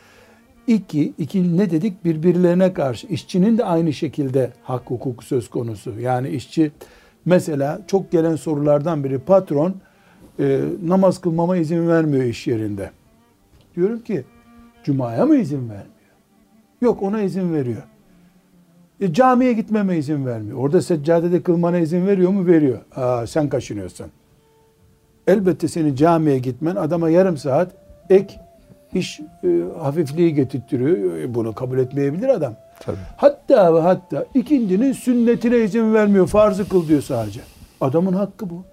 B: İki, iki ne dedik? Birbirlerine karşı. İşçinin de aynı şekilde hak hukuk söz konusu. Yani işçi mesela çok gelen sorulardan biri patron e, namaz kılmama izin vermiyor iş yerinde. Diyorum ki cumaya mı izin vermiyor? Yok ona izin veriyor. E, camiye gitmeme izin vermiyor. Orada seccadede kılmana izin veriyor mu? Veriyor. Aa, sen kaşınıyorsun. Elbette senin camiye gitmen adama yarım saat ek iş e, hafifliği getirtiyor. E, bunu kabul etmeyebilir adam.
A: Tabii.
B: Hatta ve hatta ikindinin sünnetine izin vermiyor. Farzı kıl diyor sadece. Adamın hakkı bu.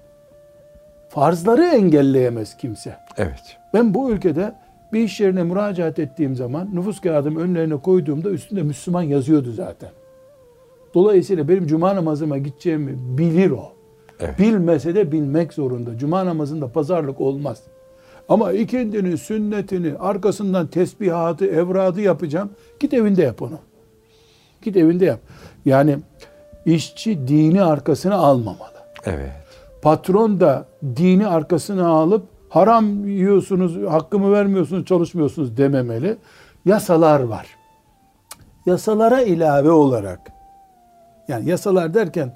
B: Farzları engelleyemez kimse.
A: Evet.
B: Ben bu ülkede bir iş yerine müracaat ettiğim zaman nüfus kağıdımı önlerine koyduğumda üstünde Müslüman yazıyordu zaten. Dolayısıyla benim cuma namazıma gideceğimi bilir o.
A: Evet.
B: Bilmese de bilmek zorunda. Cuma namazında pazarlık olmaz. Ama ikindinin sünnetini arkasından tesbihatı, evradı yapacağım. Git evinde yap onu. Git evinde yap. Yani işçi dini arkasına almamalı.
A: Evet.
B: Patron da dini arkasına alıp haram yiyorsunuz, hakkımı vermiyorsunuz, çalışmıyorsunuz dememeli. Yasalar var. Yasalara ilave olarak, yani yasalar derken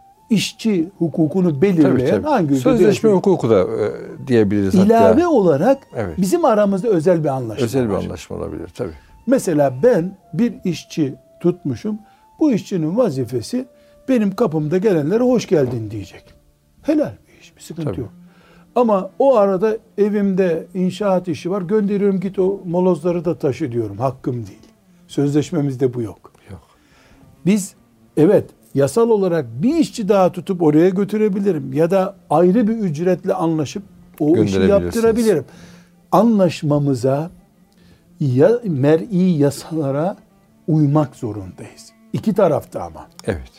B: işçi hukukunu belirleyen
A: Tabii, tabii.
B: hangi ülkede
A: Sözleşme
B: yaşıyor?
A: hukuku da e, diyebiliriz
B: İlave
A: hatta.
B: olarak
A: Evet.
B: bizim aramızda özel bir anlaşma
A: Özel bir
B: var.
A: anlaşma olabilir tabii.
B: Mesela ben bir işçi tutmuşum. Bu işçinin vazifesi benim kapımda gelenlere hoş geldin diyecek. Helal bir iş, bir sıkıntı
A: Tabii.
B: yok. Ama o arada evimde inşaat işi var. Gönderiyorum git o molozları da taşı diyorum. Hakkım değil. Sözleşmemizde bu yok.
A: Yok.
B: Biz evet yasal olarak bir işçi daha tutup oraya götürebilirim. Ya da ayrı bir ücretle anlaşıp o işi
A: Gönderebilirsiniz.
B: yaptırabilirim. Anlaşmamıza ya mer'i yasalara uymak zorundayız. İki tarafta ama.
A: Evet.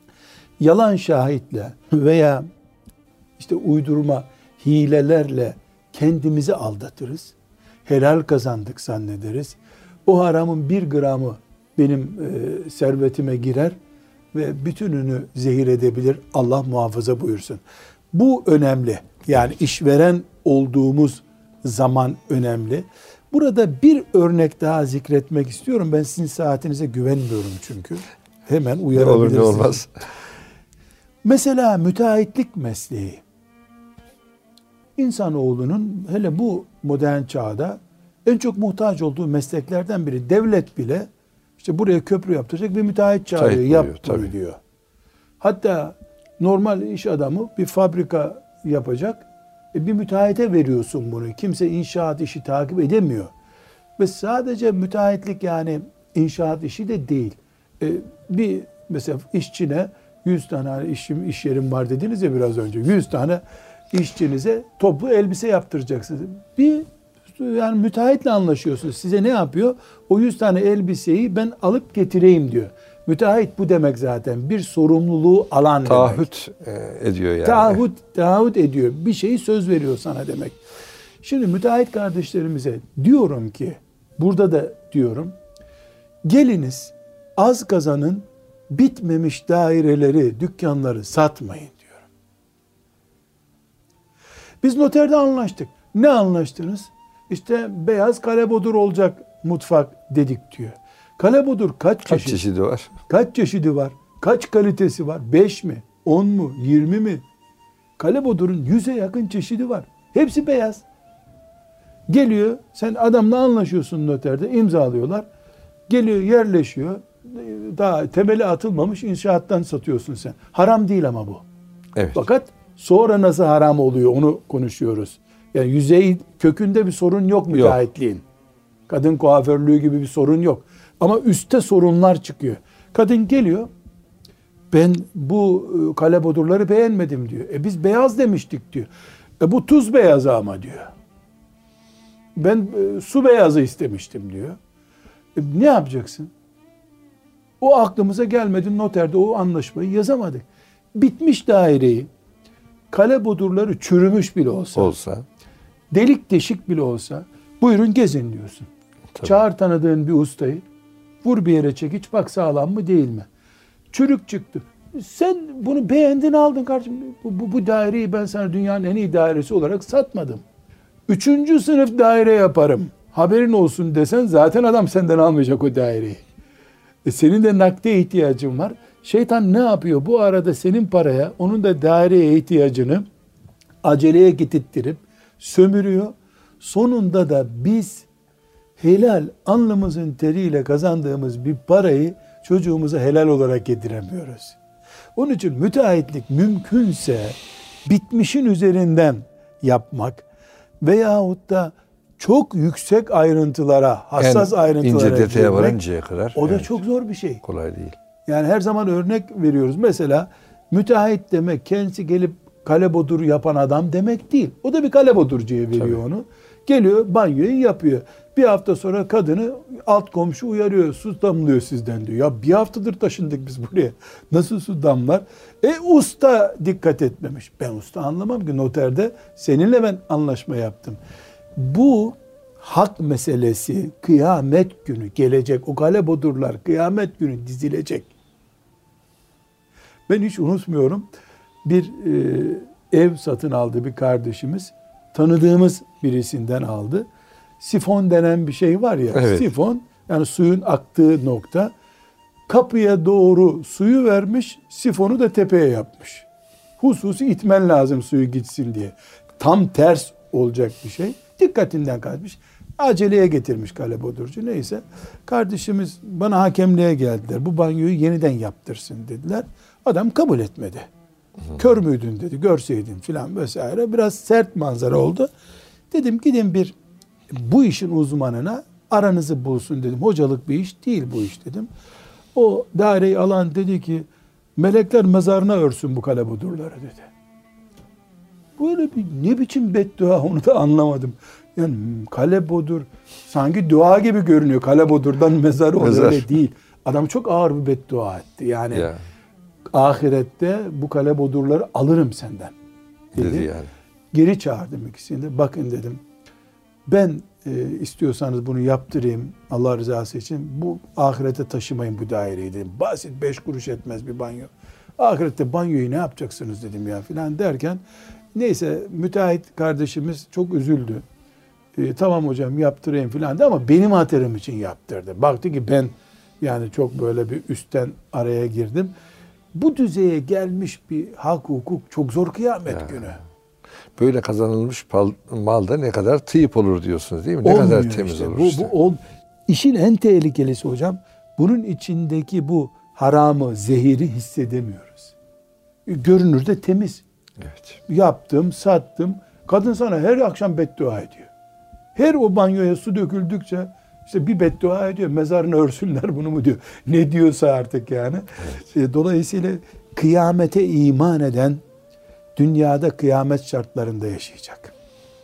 B: Yalan şahitle veya işte uydurma hilelerle kendimizi aldatırız. Helal kazandık zannederiz. O haramın bir gramı benim e, servetime girer ve bütününü zehir edebilir. Allah muhafaza buyursun. Bu önemli. Yani işveren olduğumuz zaman önemli. Burada bir örnek daha zikretmek istiyorum. Ben sizin saatinize güvenmiyorum çünkü. Hemen
A: Ne olur
B: uyarabilirsiniz.
A: ne olmaz.
B: Mesela müteahhitlik mesleği. İnsanoğlunun hele bu modern çağda en çok muhtaç olduğu mesleklerden biri. Devlet bile işte buraya köprü yaptıracak bir müteahhit çağırıyor.
A: Müteahhit
B: Yap
A: buluyor,
B: bunu
A: tabii.
B: diyor. Hatta normal iş adamı bir fabrika yapacak. E bir müteahhite veriyorsun bunu. Kimse inşaat işi takip edemiyor. Ve sadece müteahhitlik yani inşaat işi de değil. E bir mesela işçine yüz tane hani işim, iş yerim var dediniz ya biraz önce. yüz tane işçinize toplu elbise yaptıracaksınız. Bir yani müteahhitle anlaşıyorsunuz. Size ne yapıyor? O yüz tane elbiseyi ben alıp getireyim diyor. Müteahhit bu demek zaten. Bir sorumluluğu alan demek.
A: Taahhüt e, ediyor yani.
B: Taahhüt, taahhüt ediyor. Bir şeyi söz veriyor sana demek. Şimdi müteahhit kardeşlerimize diyorum ki, burada da diyorum, geliniz az kazanın, bitmemiş daireleri, dükkanları satmayın diyorum. Biz noterde anlaştık. Ne anlaştınız? İşte beyaz kalebodur olacak mutfak dedik diyor. Kalebodur kaç
A: Kaç
B: çeşit?
A: çeşidi var?
B: Kaç çeşidi var? Kaç kalitesi var? beş mi? on mu? yirmi mi? Kalebodur'un yüze yakın çeşidi var. Hepsi beyaz. Geliyor, sen adamla anlaşıyorsun noterde, imzalıyorlar. Geliyor, yerleşiyor. Daha temeli atılmamış inşaattan satıyorsun sen. Haram değil ama bu.
A: Evet.
B: Fakat sonra nasıl haram oluyor onu konuşuyoruz. Yani yüzey kökünde bir sorun yok müteahhitliğin. Kadın kuaförlüğü gibi bir sorun yok. Ama üstte sorunlar çıkıyor. Kadın geliyor, ben bu kalebodurları beğenmedim diyor. E biz beyaz demiştik diyor. E bu tuz beyazı ama diyor. Ben e, su beyazı istemiştim diyor. E, ne yapacaksın? O aklımıza gelmedi, noterde o anlaşmayı yazamadık. Bitmiş daireyi, kalebodurları çürümüş bile olsa,
A: Olsa.
B: delik deşik bile olsa, buyurun gezin diyorsun.
A: Tabii.
B: Çağır tanıdığın bir ustayı, vur bir yere çekiç, bak sağlam mı değil mi? Çürük çıktı. Sen bunu beğendin, aldın kardeşim. Bu, bu, bu daireyi ben sana dünyanın en iyi dairesi olarak satmadım. Üçüncü sınıf daire yaparım, haberin olsun desen zaten adam senden almayacak o daireyi. E senin de nakde ihtiyacın var. Şeytan ne yapıyor? Bu arada senin paraya, onun da daireye ihtiyacını aceleye getirttirip sömürüyor. Sonunda da biz helal, alnımızın teriyle kazandığımız bir parayı çocuğumuza helal olarak getiremiyoruz. Onun için müteahhitlik mümkünse bitmişin üzerinden yapmak veyahut da çok yüksek ayrıntılara, hassas
A: En
B: ayrıntılara
A: ince detaya
B: girmek,
A: varıncaya kadar.
B: o da
A: evet,
B: çok zor bir şey.
A: kolay değil.
B: Yani her zaman örnek veriyoruz. Mesela müteahhit demek kendisi gelip kalebodur yapan adam demek değil. O da bir kalebodurcuya veriyor
A: Tabii.
B: onu. Geliyor banyoyu yapıyor. Bir hafta sonra kadını alt komşu uyarıyor. Su damlıyor sizden diyor. Ya bir haftadır taşındık biz buraya. Nasıl su damlar? E usta dikkat etmemiş. Ben usta anlamam ki, noterde seninle ben anlaşma yaptım. Bu hak meselesi kıyamet günü gelecek. O kalebodurlar kıyamet günü dizilecek. Ben hiç unutmuyorum. Bir e, ev satın aldı bir kardeşimiz. Tanıdığımız birisinden aldı. Sifon denen bir şey var ya.
A: Evet.
B: Sifon, yani suyun aktığı nokta. Kapıya doğru suyu vermiş, sifonu da tepeye yapmış. Hususi itmen lazım suyu gitsin diye. Tam ters olacak bir şey. Dikkatinden kaçmış. Aceleye getirmiş kalebodurcu. Neyse. Kardeşimiz bana hakemliğe geldiler. Bu banyoyu yeniden yaptırsın dediler. Adam kabul etmedi. Hı. Kör müydün dedi. Görseydin filan vesaire. Biraz sert manzara oldu. Dedim gidin bir bu işin uzmanına, aranızı bulsun dedim. Hocalık bir iş değil bu iş dedim. O daireyi alan dedi ki melekler mezarına örsün bu kalebodurları dedi. Böyle bir ne biçim beddua, onu da anlamadım. Yani kalebodur sanki dua gibi görünüyor. Kalebodurdan mezar olur,
A: Mezar.
B: öyle değil. Adam çok ağır bir beddua etti. Yani
A: Ya.
B: ahirette bu kalebodurları alırım senden dedi.
A: Dedi yani.
B: Geri çağırdım ikisini de. Bakın dedim, ben e, istiyorsanız bunu yaptırayım Allah rızası için. Bu ahirete taşımayın bu daireyi dedim. Basit beş kuruş etmez bir banyo. Ahirette banyoyu ne yapacaksınız dedim ya filan derken, neyse müteahhit kardeşimiz çok üzüldü. E, tamam hocam yaptırayım filan de, ama benim hatırım için yaptırdı. Baktı ki ben yani çok böyle bir üstten araya girdim. Bu düzeye gelmiş bir hak hukuk çok zor kıyamet
A: Ya.
B: günü.
A: Böyle kazanılmış pal- mal da ne kadar tıyıp olur diyorsunuz değil mi? Ne
B: Olmuyor
A: kadar temiz
B: işte.
A: olur
B: Bu,
A: işte.
B: bu ol, işin en tehlikelisi hocam, bunun içindeki bu haramı, zehiri hissedemiyoruz. Görünürde temiz.
A: Evet.
B: Yaptım, sattım. Kadın sana her akşam beddua ediyor. Her o banyoya su döküldükçe işte bir beddua ediyor. Mezarını örsünler bunu mu diyor. Ne diyorsa artık yani. Evet. Dolayısıyla kıyamete iman eden dünyada kıyamet şartlarında yaşayacak.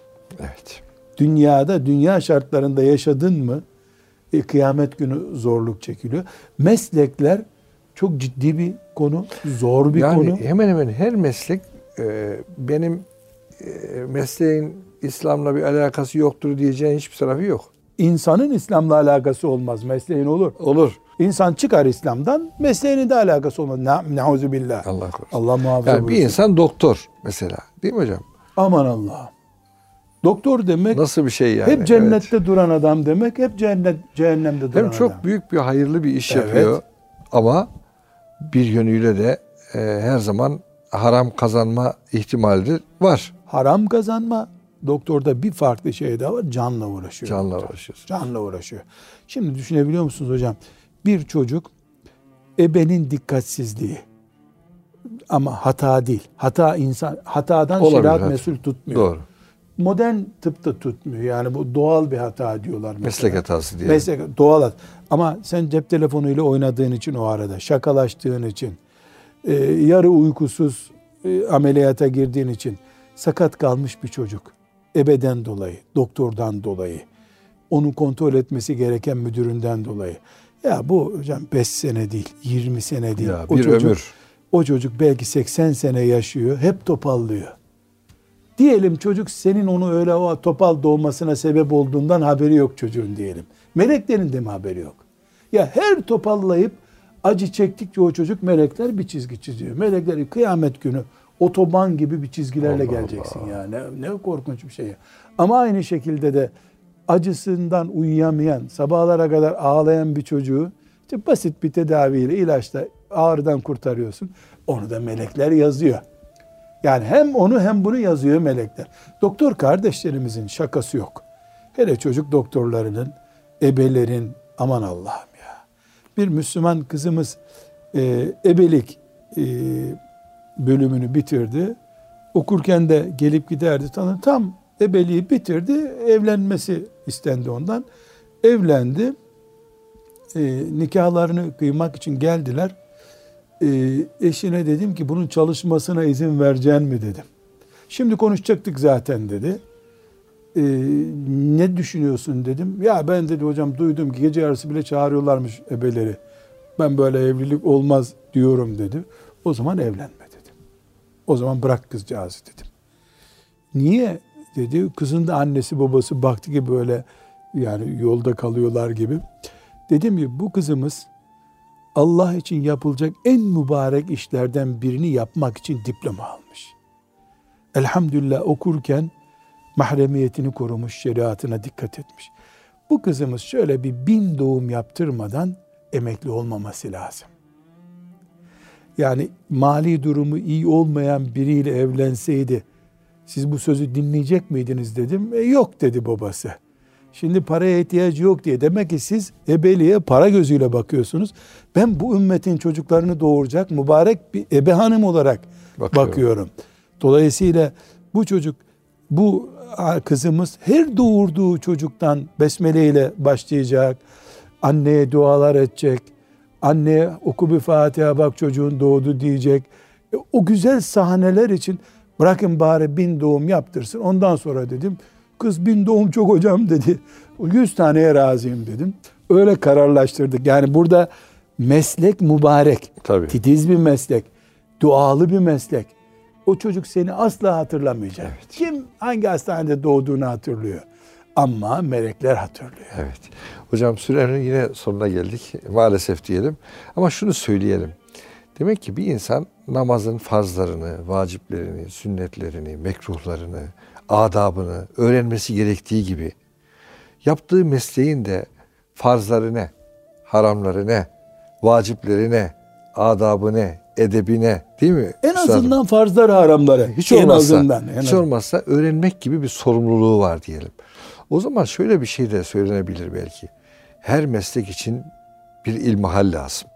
A: Evet.
B: Dünyada dünya şartlarında yaşadın mı e, kıyamet günü zorluk çekiliyor. Meslekler çok ciddi bir konu, zor bir
A: yani
B: konu.
A: hemen hemen her meslek e, benim e, mesleğin İslam'la bir alakası yoktur diyeceğin hiçbir tarafı yok.
B: İnsanın İslam'la alakası olmaz, mesleğin olur.
A: Olur.
B: İnsan çıkar İslam'dan, mesleğinin de alakası olmaz. Na, Neuzubillah.
A: Allah korusun.
B: Allah muhafaza
A: Yani bir
B: buyursun.
A: insan doktor mesela, değil mi hocam?
B: Aman Allah. Doktor demek
A: Nasıl bir şey yani?
B: hep cennette
A: Evet.
B: duran adam demek, hep cennet cehennemde duran
A: Hem çok
B: adam.
A: büyük bir hayırlı bir iş
B: Evet.
A: yapıyor ama bir yönüyle de e, her zaman haram kazanma ihtimali de var.
B: Haram kazanma, doktorda bir farklı şey daha var. Canla uğraşıyor.
A: Canla
B: doktor.
A: uğraşıyorsun.
B: Canla uğraşıyor. Şimdi düşünebiliyor musunuz hocam? Bir çocuk ebenin dikkatsizliği ama hata değil. Hata insan hatadan
A: Olabilir,
B: şeriat
A: evet.
B: mesul tutmuyor.
A: Doğru.
B: Modern tıpta tutmuyor. Yani bu doğal bir hata diyorlar mesela.
A: Meslek hatası diye.
B: Meslek doğal hat. Ama sen cep telefonuyla oynadığın için o arada, şakalaştığın için, e, yarı uykusuz e, ameliyata girdiğin için sakat kalmış bir çocuk. Ebeden dolayı, doktordan dolayı, onu kontrol etmesi gereken müdüründen dolayı. Ya bu hocam beş sene değil, yirmi sene değil.
A: Ya,
B: o
A: bir
B: çocuk,
A: ömür.
B: O çocuk belki seksen sene yaşıyor, hep topallıyor. Diyelim çocuk senin onu öyle o topal doğmasına sebep olduğundan haberi yok çocuğun diyelim. Meleklerin de mi haberi yok? Ya her topallayıp acı çektikçe o çocuk melekler bir çizgi çiziyor. Melekler kıyamet günü otoban gibi bir çizgilerle
A: Allah
B: geleceksin
A: Allah.
B: ya. Ne, ne korkunç bir şey. Ama aynı şekilde de acısından uyuyamayan, sabahlara kadar ağlayan bir çocuğu işte basit bir tedaviyle, ilaçla ağrıdan kurtarıyorsun. Onu da melekler yazıyor. Yani hem onu hem bunu yazıyor melekler. Doktor kardeşlerimizin şakası yok. Hele çocuk doktorlarının, ebelerin, aman Allah'ım ya. Bir Müslüman kızımız e, ebelik e, bölümünü bitirdi. Okurken de gelip giderdi. Tam, tam ebeliği bitirdi. Evlenmesi istendi ondan. Evlendi. E, nikahlarını kıymak için geldiler. E, eşine dedim ki bunun çalışmasına izin vereceksin mi dedim. Şimdi konuşacaktık zaten dedi. E, ne düşünüyorsun dedim. Ya ben dedi hocam duydum ki gece yarısı bile çağırıyorlarmış ebeleri. Ben böyle evlilik olmaz diyorum dedi. O zaman evlenme dedim. O zaman bırak kızcağızı dedim. Niye dedi. Kızın da annesi babası baktı ki böyle yani yolda kalıyorlar gibi. Dedim ki bu kızımız Allah için yapılacak en mübarek işlerden birini yapmak için diploma almış. Elhamdülillah okurken mahremiyetini korumuş, şeriatına dikkat etmiş. Bu kızımız şöyle bir bin doğum yaptırmadan emekli olmaması lazım. Yani mali durumu iyi olmayan biriyle evlenseydi siz bu sözü dinleyecek miydiniz dedim. E, yok dedi babası. Şimdi paraya ihtiyacı yok diye. Demek ki siz ebeliğe para gözüyle bakıyorsunuz. Ben bu ümmetin çocuklarını doğuracak mübarek bir ebe hanım olarak bakıyorum. bakıyorum. Dolayısıyla bu çocuk, bu kızımız her doğurduğu çocuktan besmele ile başlayacak. Anneye dualar edecek. Anneye oku bir Fatiha bak çocuğun doğdu diyecek. E, o güzel sahneler için bırakın bari bin doğum yaptırsın. Ondan sonra dedim kız bin doğum çok hocam dedi. Yüz taneye razıyım dedim. Öyle kararlaştırdık. Yani burada meslek mübarek.
A: Tabii.
B: Titiz bir meslek. Dualı bir meslek. O çocuk seni asla hatırlamayacak.
A: Evet.
B: Kim hangi hastanede doğduğunu hatırlıyor. Ama melekler hatırlıyor.
A: Evet. Hocam sürenin yine sonuna geldik. Maalesef diyelim. Ama şunu söyleyelim. Demek ki bir insan namazın farzlarını, vaciplerini, sünnetlerini, mekruhlarını, adabını öğrenmesi gerektiği gibi yaptığı mesleğin de farzları ne, haramları ne, vacipleri ne, adabı ne, edebi ne, değil mi?
B: En
A: Üstadım?
B: azından farzları, haramları.
A: Hiç
B: en
A: olmazsa,
B: azından. En
A: hiç
B: azından.
A: olmazsa öğrenmek gibi bir sorumluluğu var diyelim. O zaman şöyle bir şey de söylenebilir belki. Her meslek için bir ilmihal lazım.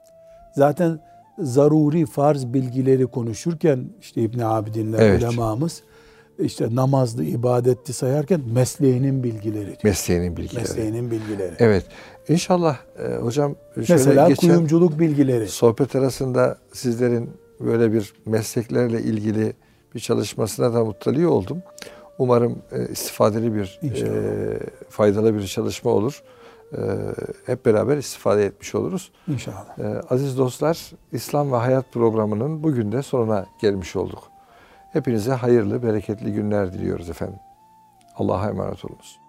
B: Zaten zaruri farz bilgileri konuşurken işte İbn Abidinler,
A: Evet.
B: ulemamız işte namazlı, ibadetli sayarken mesleğinin bilgileri diyor.
A: Mesleğinin bilgileri.
B: Mesleğinin bilgileri.
A: Evet. İnşallah e, hocam şöyle
B: Mesela
A: geçen
B: kuyumculuk bilgileri.
A: sohbet arasında sizlerin böyle bir mesleklerle ilgili bir çalışmasına da muttali oldum. Umarım e, istifadeli bir, e, faydalı bir çalışma olur. E, hep beraber istifade etmiş oluruz.
B: İnşallah.
A: E, aziz dostlar, İslam ve Hayat programının bugün de sonuna gelmiş olduk. Hepinize hayırlı, bereketli günler diliyoruz efendim. Allah'a emanet olunuz.